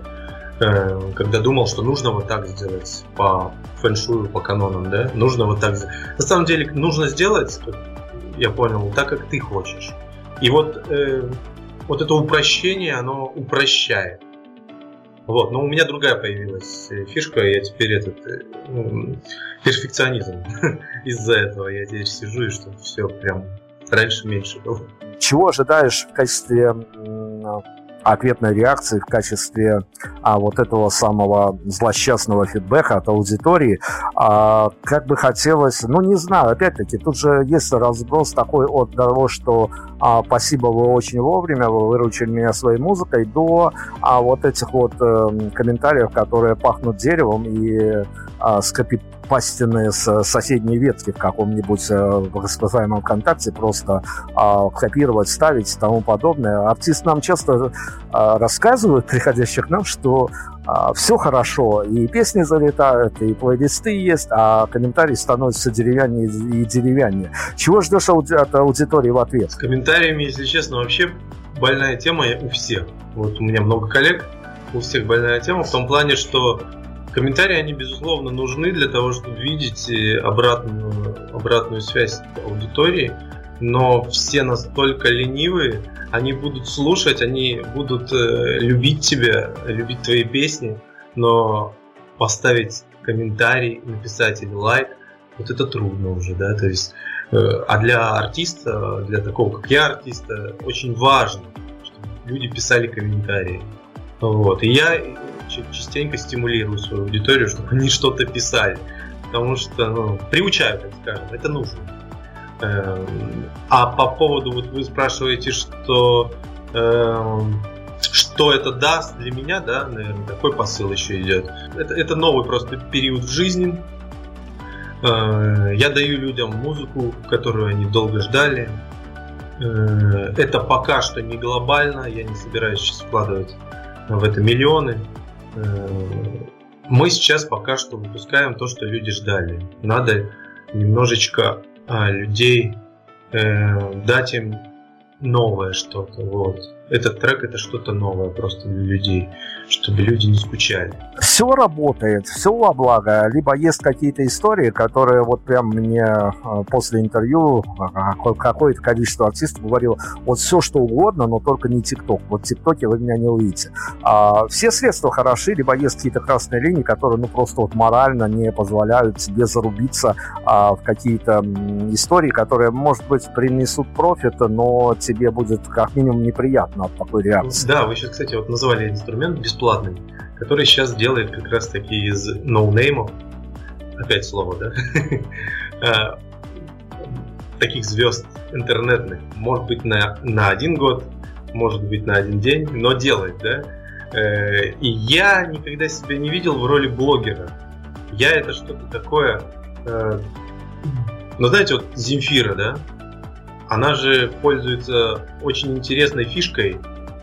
когда думал, что нужно вот так сделать по фэншую, по канонам, да, нужно вот так сделать. На самом деле нужно сделать, я понял, так, как ты хочешь. И вот, э, вот это упрощение, оно упрощает. Вот, но у меня другая появилась фишка, я теперь этот ну, перфекционизм. Из-за этого я теперь сижу, и что все прям раньше меньше было. Чего ожидаешь в качестве ответной реакции, в качестве а, вот этого самого злосчастного фидбэка от аудитории? А, как бы хотелось, ну не знаю, опять-таки, тут же есть разброс такой от того, что а, спасибо, вы очень вовремя, вы выручили меня своей музыкой, до а, вот этих вот э, комментариев, которые пахнут деревом и а, с капи- запастенные с соседней ветки в каком-нибудь воспринимаемом ВКонтакте, просто а, копировать, ставить и тому подобное. Артисты нам часто а, рассказывают, приходящих к нам, что а, все хорошо, и песни залетают, и плейлисты есть, а комментарии становятся деревяннее и деревяннее. Чего ждешь от аудитории в ответ? С комментариями, если честно, вообще больная тема у всех. Вот у меня много коллег, у всех больная тема в том плане, что комментарии, они, безусловно, нужны для того, чтобы видеть обратную, обратную связь аудитории, но все настолько ленивые, они будут слушать, они будут э, любить тебя, любить твои песни, но поставить комментарий, написать или лайк, вот это трудно уже, да, то есть, э, а для артиста, для такого, как я, артиста, очень важно, чтобы люди писали комментарии. Вот. И я частенько стимулирую свою аудиторию, чтобы они что-то писали. Потому что, ну, приучаю, так скажем, это нужно. А по поводу, вот вы спрашиваете, что, что это даст для меня, да, наверное, такой посыл еще идет. Это, это новый просто период в жизни. Я даю людям музыку, которую они долго ждали. Это пока что не глобально, я не собираюсь сейчас вкладывать в это миллионы. Мы сейчас пока что выпускаем то, что люди ждали. Надо немножечко а, людей э, дать им новое что-то. Вот. Этот трек — это что-то новое просто для людей, чтобы люди не скучали. Все работает, все во благо. Либо есть какие-то истории, которые вот прям мне после интервью какое-то количество артистов говорило: вот все что угодно, но только не ТикТок. Вот в ТикТоке вы меня не увидите. А все средства хороши, либо есть какие-то красные линии, которые ну просто вот морально не позволяют тебе зарубиться а, в какие-то истории, которые, может быть, принесут профит, но тебе будет как минимум неприятно от такой реакции. Да, вы сейчас, кстати, вот назвали инструмент бесплатный, который сейчас делает как раз таки из ноунеймов, опять слово, да, таких звезд интернетных, может быть на, на один год, может быть на один день, но делает, да. И я никогда себя не видел в роли блогера. Я это что-то такое, ну знаете, вот Земфира, да, она же пользуется очень интересной фишкой.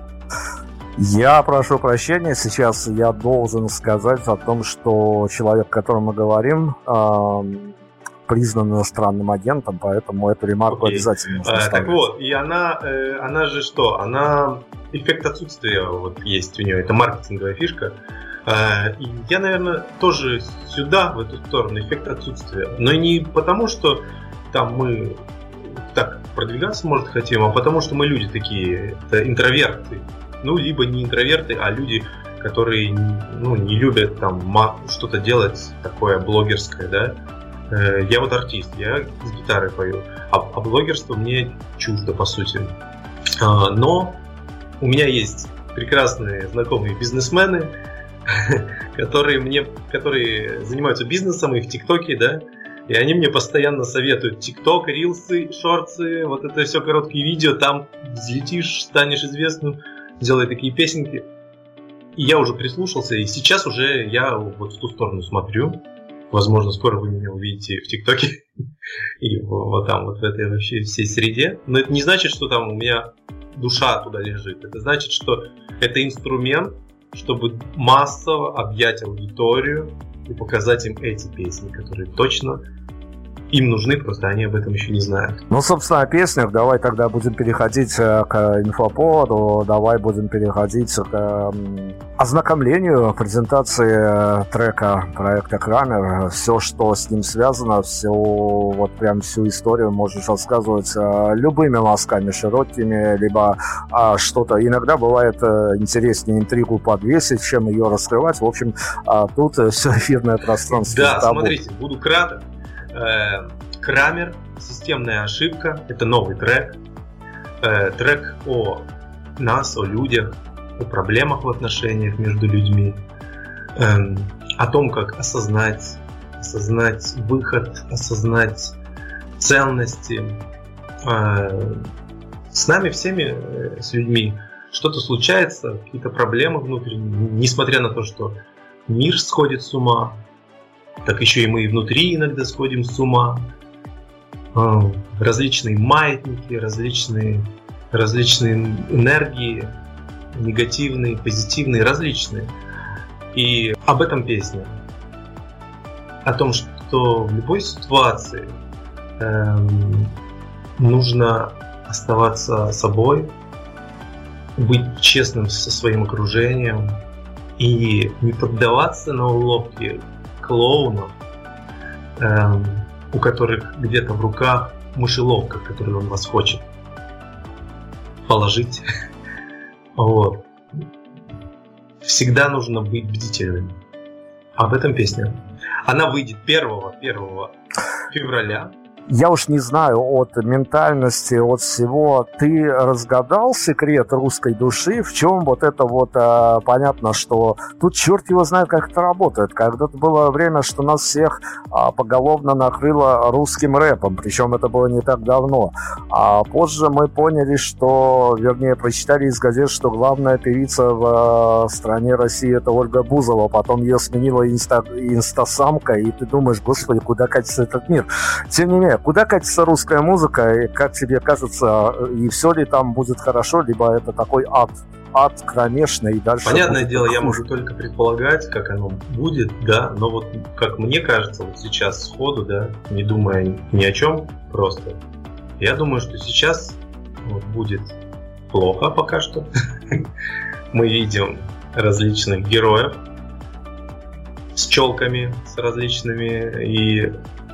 Я прошу прощения, сейчас я должен сказать о том, что человек, о котором мы говорим, э, признан иностранным агентом, поэтому эту ремарку okay. обязательно нужно ставить. Так вот, и она, э, она же что? Она эффект отсутствия вот есть у нее, это маркетинговая фишка. Э, и я, наверное, тоже сюда, в эту сторону, эффект отсутствия. Но не потому, что там мы так продвигаться, может, хотим, а потому что мы люди такие, это интроверты. Ну, либо не интроверты, а люди, которые ну, не любят там что-то делать такое блогерское, да. Я вот артист, я с гитарой пою, а, а блогерство мне чуждо, по сути. Но у меня есть прекрасные знакомые бизнесмены, которые мне, которые занимаются бизнесом и в ТикТоке, да. И они мне постоянно советуют ТикТок, рилсы, шортсы, вот это все короткие видео, там взлетишь, станешь известным, делай такие песенки. И я уже прислушался, и сейчас уже я вот в ту сторону смотрю. Возможно, скоро вы меня увидите в ТикТоке и вот там, вот в этой вообще всей среде. Но это не значит, что там у меня душа туда лежит. Это значит, что это инструмент, чтобы массово объять аудиторию и показать им эти песни, которые точно им нужны, просто они об этом еще не знают. Ну, собственно, о песнях давай тогда будем переходить к инфоповоду, давай будем переходить к ознакомлению, презентации трека проекта Крамер. Все, что с ним связано, все, вот прям всю историю можешь рассказывать любыми мазками широкими, либо а, что-то. Иногда бывает интереснее интригу подвесить, чем ее раскрывать. В общем, а, тут все эфирное пространство. Да, смотрите, буду краток. Крамер, системная ошибка, это новый трек. Трек о нас, о людях, о проблемах в отношениях между людьми, о том, как осознать, осознать выход, осознать ценности. С нами всеми, с людьми, что-то случается, какие-то проблемы внутренние, несмотря на то, что мир сходит с ума. так еще и мы и внутри иногда сходим с ума. Различные маятники, различные, различные энергии, негативные, позитивные, различные. И об этом песня. О том, что в любой ситуации эм, нужно оставаться собой, быть честным со своим окружением и не поддаваться на уловки клоунов, эм, у которых где-то в руках мышеловка, которую он вас хочет положить. Вот. Всегда нужно быть бдительным. Об этом песня. Она выйдет первого февраля. Я уж не знаю, от ментальности, от всего. Ты разгадал секрет русской души? В чем вот это вот, а, понятно, что тут черт его знает, как это работает. Когда-то было время, что нас всех а, поголовно накрыло русским рэпом, причем это было не так давно. А позже мы поняли, что, вернее, прочитали из газет, что главная певица в а, стране России — это Ольга Бузова. Потом ее сменила инста, инстасамка, и ты думаешь, господи, куда катится этот мир? Тем не менее, куда катится русская музыка, и как тебе кажется, и все ли там будет хорошо, либо это такой ад, ад кромешный, и дальше... Понятное дело, я могу только предполагать, как оно будет, да, но вот как мне кажется, вот сейчас сходу, да, не думая ни о чем просто, я думаю, что сейчас вот, будет плохо пока что. Мы видим различных героев с челками, с различными и...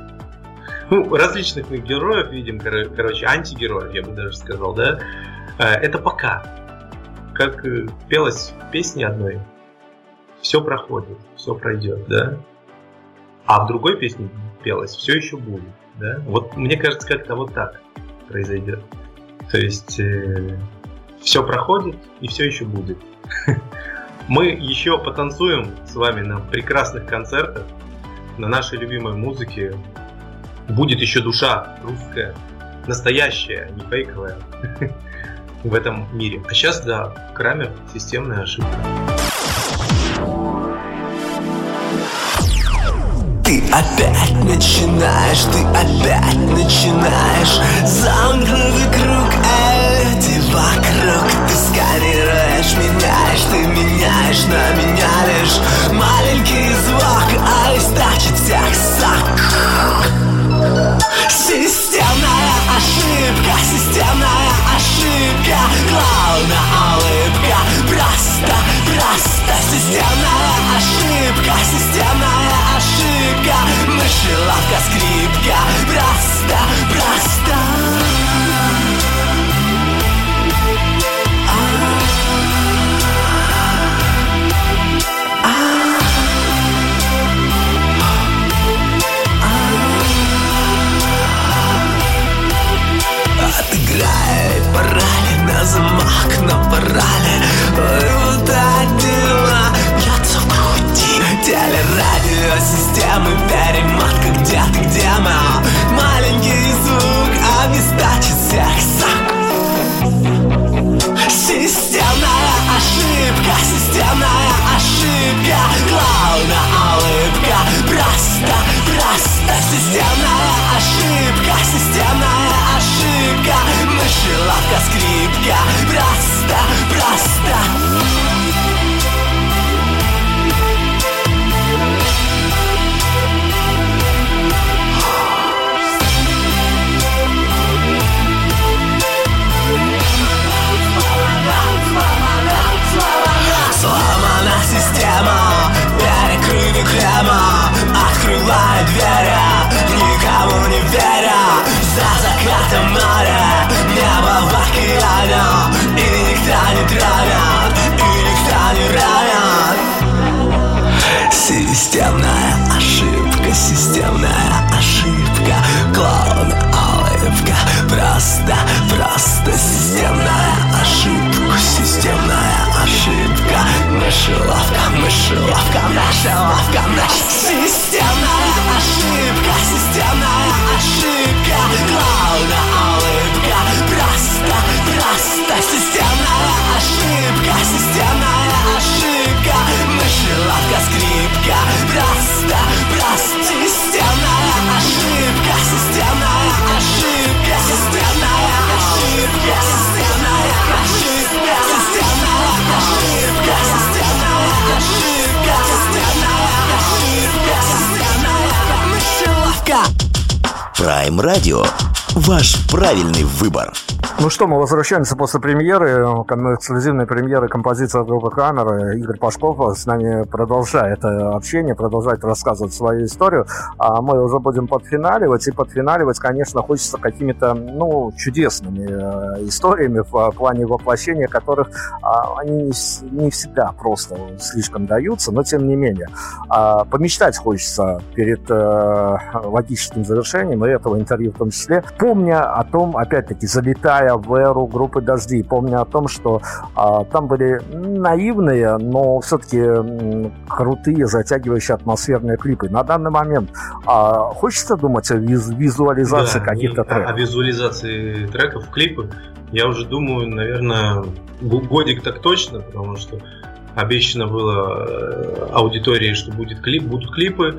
Ну, различных мы героев видим, кор- короче, антигероев, я бы даже сказал, да. Это пока. Как пелось в песне одной, все проходит, все пройдет, да. А в другой песне пелось, все еще будет, да. Вот мне кажется, как-то вот так произойдет. То есть э, все проходит и все еще будет. Мы еще потанцуем с вами на прекрасных концертах, на нашей любимой музыке. Будет еще душа русская, настоящая, не фейковая в этом мире. А сейчас, да, Крамер, системная ошибка. Ты опять начинаешь, ты опять начинаешь замкнутый круг, эти вокруг. Ты сканируешь, меняешь, ты меняешь на меня лишь маленький звук, а источит всех сок. Системная ошибка, системная ошибка, главная улыбка, просто, просто системная ошибка, системная ошибка, мышеловка, скрипка, просто, просто. Отыграй парали на замок, на парали. Ой, вот отдела бьется в груди. Телерадиосистемы, перемотка где-то, где мы. Маленький звук, а вместо всех сок. Системная ошибка, системная ошибка, главная улыбка, просто, просто. Системная ошибка, системная ошибка, мышеловка, скрипка, просто, просто. Сломана система, перекрыли крема, открывай двери, никому не веря. За закатом моря, небо в океане, и никто не тронет, и никто не ранит. Системная ошибка, системная ошибка, клоун, улыбка, просто, просто. Системная ошибка, системная ошибка, мышеловка, мышеловка, мышеловка, мышеловка. Системная ошибка, системная ошибка, главная улыбка, просто, просто. Системная ошибка, системная ошибка, мышеловка, скрипка, просто, просто. Prime Radio – ваш правильный выбор. Ну что, мы возвращаемся после премьеры, эксклюзивной премьеры композиции от группы Крамер. Игорь Пашков с нами продолжает общение, продолжает рассказывать свою историю. А мы уже будем подфиналивать. И подфиналивать, конечно, хочется какими-то, ну, чудесными историями в плане воплощения, которых а, они не всегда просто слишком даются, но тем не менее. А, помечтать хочется перед а, логическим завершением и этого интервью в том числе, помня о том, опять-таки, залетая в эру группы «Дожди», помня о том, что а, там были наивные, но все-таки м, крутые, затягивающие атмосферные клипы. На данный момент а, хочется думать о виз- визуализации да, каких-то и, треков? О визуализации треков, клипы. Я уже думаю, наверное, годик так точно, потому что обещано было аудитории, что будет клип, будут клипы.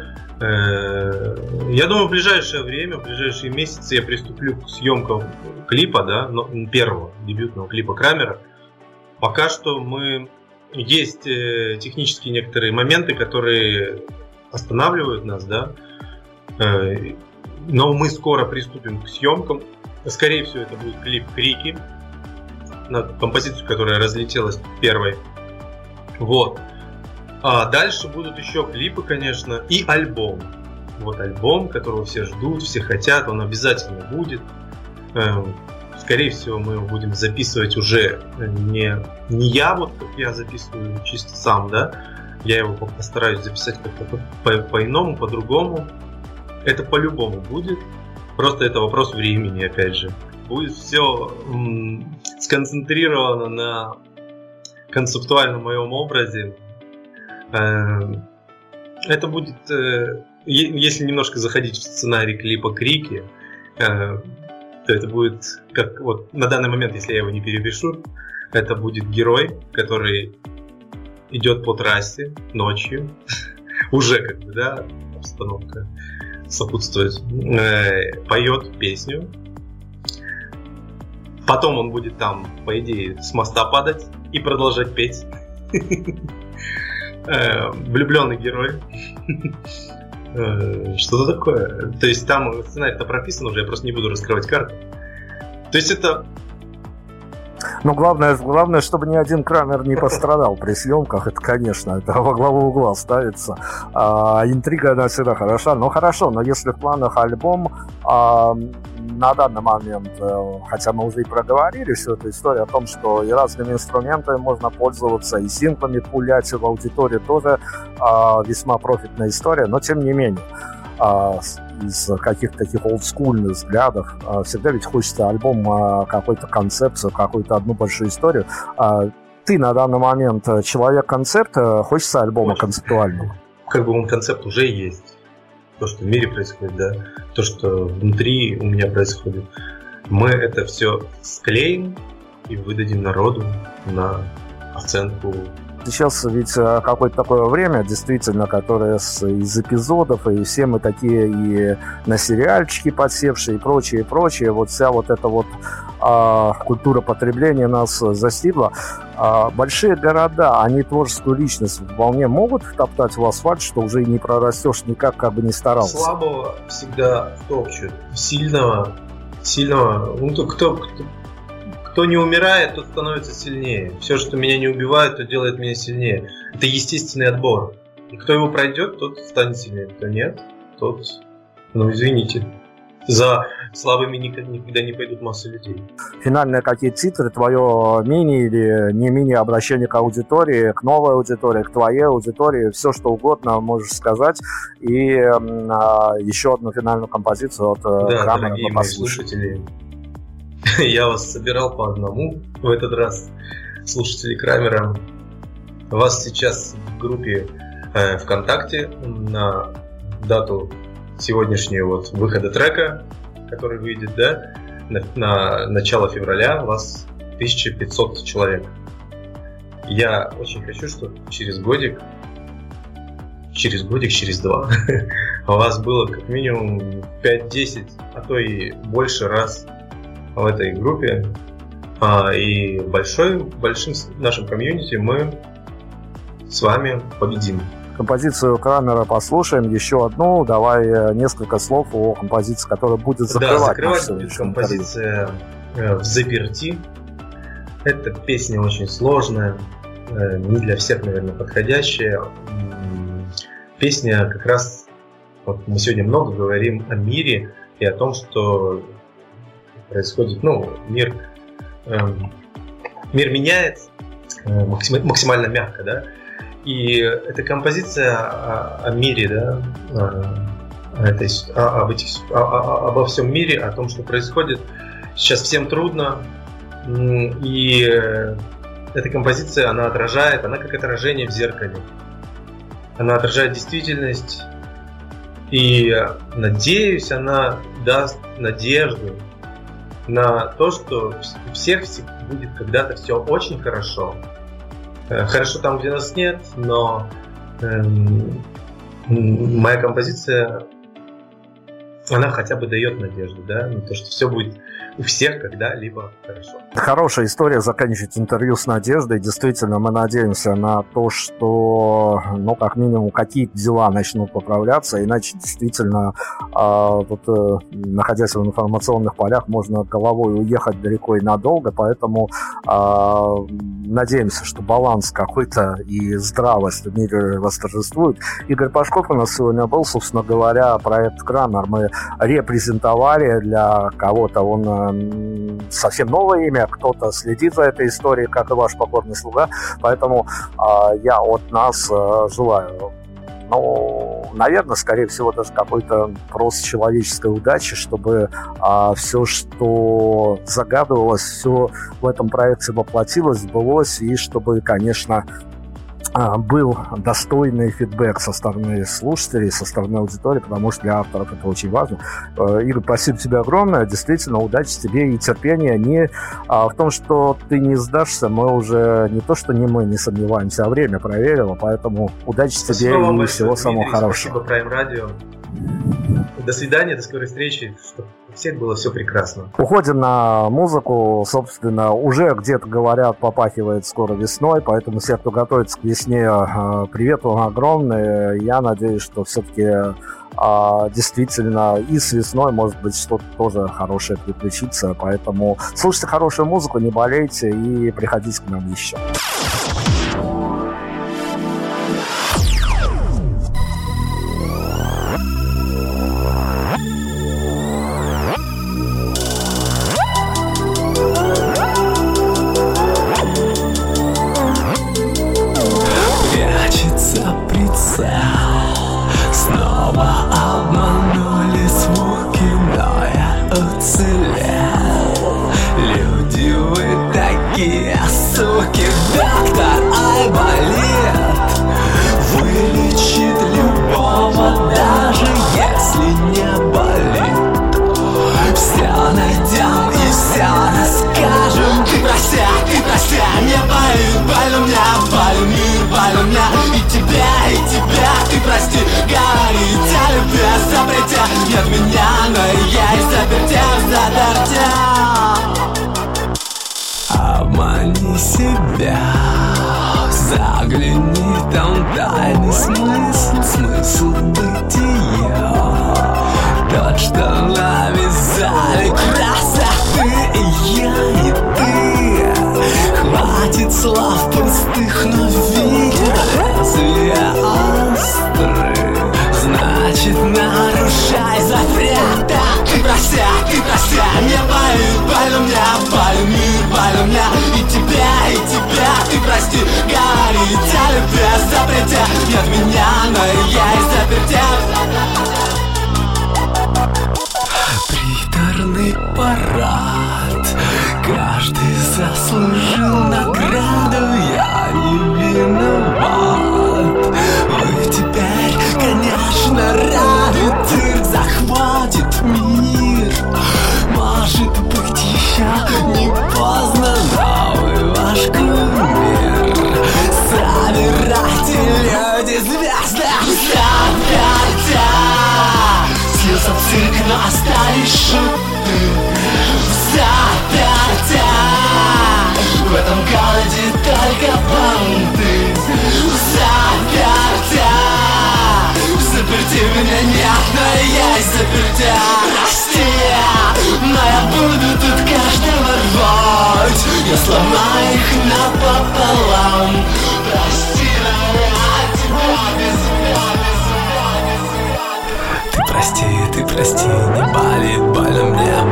Я думаю, в ближайшее время, в ближайшие месяцы я приступлю к съемкам клипа, да, первого дебютного клипа Крамера. Пока что мы есть технические некоторые моменты, которые останавливают нас, да. Но мы скоро приступим к съемкам. Скорее всего, это будет клип «Крики» на композицию, которая разлетелась первой. Вот. А дальше будут еще клипы, конечно, и альбом. Вот альбом, которого все ждут, все хотят, он обязательно будет. Скорее всего, мы его будем записывать уже не, не я, вот как я записываю чисто сам, да. Я его постараюсь записать как-то по- по-иному, по-другому. Это по-любому будет. Просто это вопрос времени, опять же. Будет все м- сконцентрировано на концептуальном моем образе. Это будет, если немножко заходить в сценарий клипа «Крики», то это будет, как вот на данный момент, если я его не перепишу, это будет герой, который идет по трассе ночью, уже как бы, да, обстановка сопутствует, поет песню, потом он будет там, по идее, с моста падать и продолжать петь. Влюбленный герой. Что-то такое. То есть там сценарий-то прописан уже, я просто не буду раскрывать карты. То есть это... Но главное, главное, чтобы ни один Крамер не пострадал при съемках. Это, конечно, это во главу угла ставится. А, интрига, она всегда хороша. Но хорошо, но если в планах альбом, а, на данный момент, хотя мы уже и проговорили всю эту историю о том, что и разными инструментами можно пользоваться, и синклами пулять в аудитории тоже а, весьма профитная история, но тем не менее. А, из каких-то таких олдскульных взглядов. А, всегда ведь хочется альбом, а, какой-то концепцию, какую-то одну большую историю. А, ты на данный момент человек-концепт, хочется альбома Очень. концептуального? Как бы он концепт уже есть. То, что в мире происходит, да, то, что внутри у меня происходит. Мы это все склеим и выдадим народу на оценку. Сейчас ведь какое-то такое время, действительно, которое с, из эпизодов, и все мы такие и на сериальчики подсевшие, и прочее, и прочее. Вот вся вот эта вот а, культура потребления нас застигла. А, большие города, они творческую личность вполне могут втоптать в асфальт, что уже и не прорастешь никак, как бы ни старался. Слабого всегда топчут. Сильного, сильного, ну кто... кто Кто не умирает, тот становится сильнее. Все, что меня не убивает, то делает меня сильнее. Это естественный отбор. И кто его пройдет, тот станет сильнее. Кто нет, тот, ну извините, за слабыми никогда не пойдут массы людей. Финальные какие-то титры, твое мини или не мини обращение к аудитории, к новой аудитории, к твоей аудитории, все что угодно можешь сказать. И а, еще одну финальную композицию от да, Крамера. Дорогие мои слушатели, я вас собирал по одному в этот раз, слушатели Крамера. Вас сейчас в группе э, ВКонтакте на дату сегодняшнего вот выхода трека, который выйдет, да, на, на начало февраля, вас тысяча пятьсот человек. Я очень хочу, чтобы через годик, через годик, через два у вас было как минимум пять-десять, а то и больше раз в этой группе, а, и большой, большим нашим комьюнити мы с вами победим. композицию Крамера послушаем, еще одну. Давай несколько слов о композиции, которая будет закрывать. Да, закрывать будет композиция «Взаперти». Эта песня очень сложная, не для всех, наверное, подходящая. Песня как раз, вот мы сегодня много говорим о мире и о том, что происходит, ну, мир, эм, мир меняется э, максимально мягко, да, и эта композиция о, о мире, да, о, этой, о, об этих, о, о, обо всем мире, о том, что происходит. Сейчас всем трудно, и эта композиция, она отражает, она как отражение в зеркале. Она отражает действительность, и, надеюсь, она даст надежду на то, что у всех будет когда-то все очень хорошо. Хорошо там, где нас нет, но эм, моя композиция, она хотя бы дает надежду, да, на то, что все будет у всех когда-либо хорошо. Хорошая история заканчивать интервью с надеждой. Действительно, мы надеемся на то, что, ну, как минимум, какие-то дела начнут поправляться, иначе действительно, э, вот, э, находясь в информационных полях, можно головой уехать далеко и надолго, поэтому э, надеемся, что баланс какой-то и здравость в мире восторжествует. Игорь Пашков у нас сегодня был, собственно говоря, проект «Крамер» мы репрезентовали. Для кого-то он совсем новое имя, кто-то следит за этой историей, как и ваш покорный слуга, поэтому э, я от нас э, желаю, ну, наверное, скорее всего, даже какой-то просто человеческой удачи, чтобы э, все, что загадывалось, все в этом проекте воплотилось, сбылось, и чтобы, конечно, был достойный фидбэк со стороны слушателей, со стороны аудитории, потому что для авторов это очень важно. Игорь, спасибо тебе огромное. Действительно, удачи тебе и терпения. Не в том, что ты не сдашься, мы уже не то, что не мы не сомневаемся, а время проверило, поэтому удачи тебе и большое, всего Дмитрий, самого хорошего. Спасибо Prime Radio. До свидания, до скорой встречи. Чтобы у всех было все прекрасно. Уходим на музыку. Собственно, уже где-то говорят, попахивает скоро весной, поэтому все, кто готовится к весне, привет вам огромный. Я надеюсь, что все-таки действительно и с весной, может быть, что-то тоже хорошее приключится. Поэтому слушайте хорошую музыку, не болейте и приходите к нам еще. Снова обманули звуки, но я уцелел. Люди, вы такие суки. Доктор Айболит вылечит любого, даже если не болит. Все найдем и все расскажем. Ты прости, ты прости, мне болит, боль у меня, боль у мир, боль у меня. И тебя, и тебя, ты прости, говорить о любви, запрете. Нет меня, но я и заперти, заперти. Обмани себя, загляни, там тайный смысл, смысл бытия. Тот, что навязали красоты, и я, и ты. Хватит слов пустых, но видят лезвия острые. Значит, нарушай запрета. Ты прости, ты прости, мне болит, боль у меня, боль у мир, боль у меня. И тебя, и тебя, ты прости, говорить о любви, запрете. Нет меня, но я и заперти. Приторный парад, каждый заслужил награду, я не виноват. Вы теперь, конечно, рады, цирк захватит мир. Может быть, еще не поздно, новый ваш кумир. Собирайте, люди, звезды, заперти. Слился цирк, но остались шуты. Прости, но я буду тут каждого рвать. Я сломаю их напополам. Прости, но я тебя без ума, без ума, без ума. Ты прости, ты прости, не болит больно мне.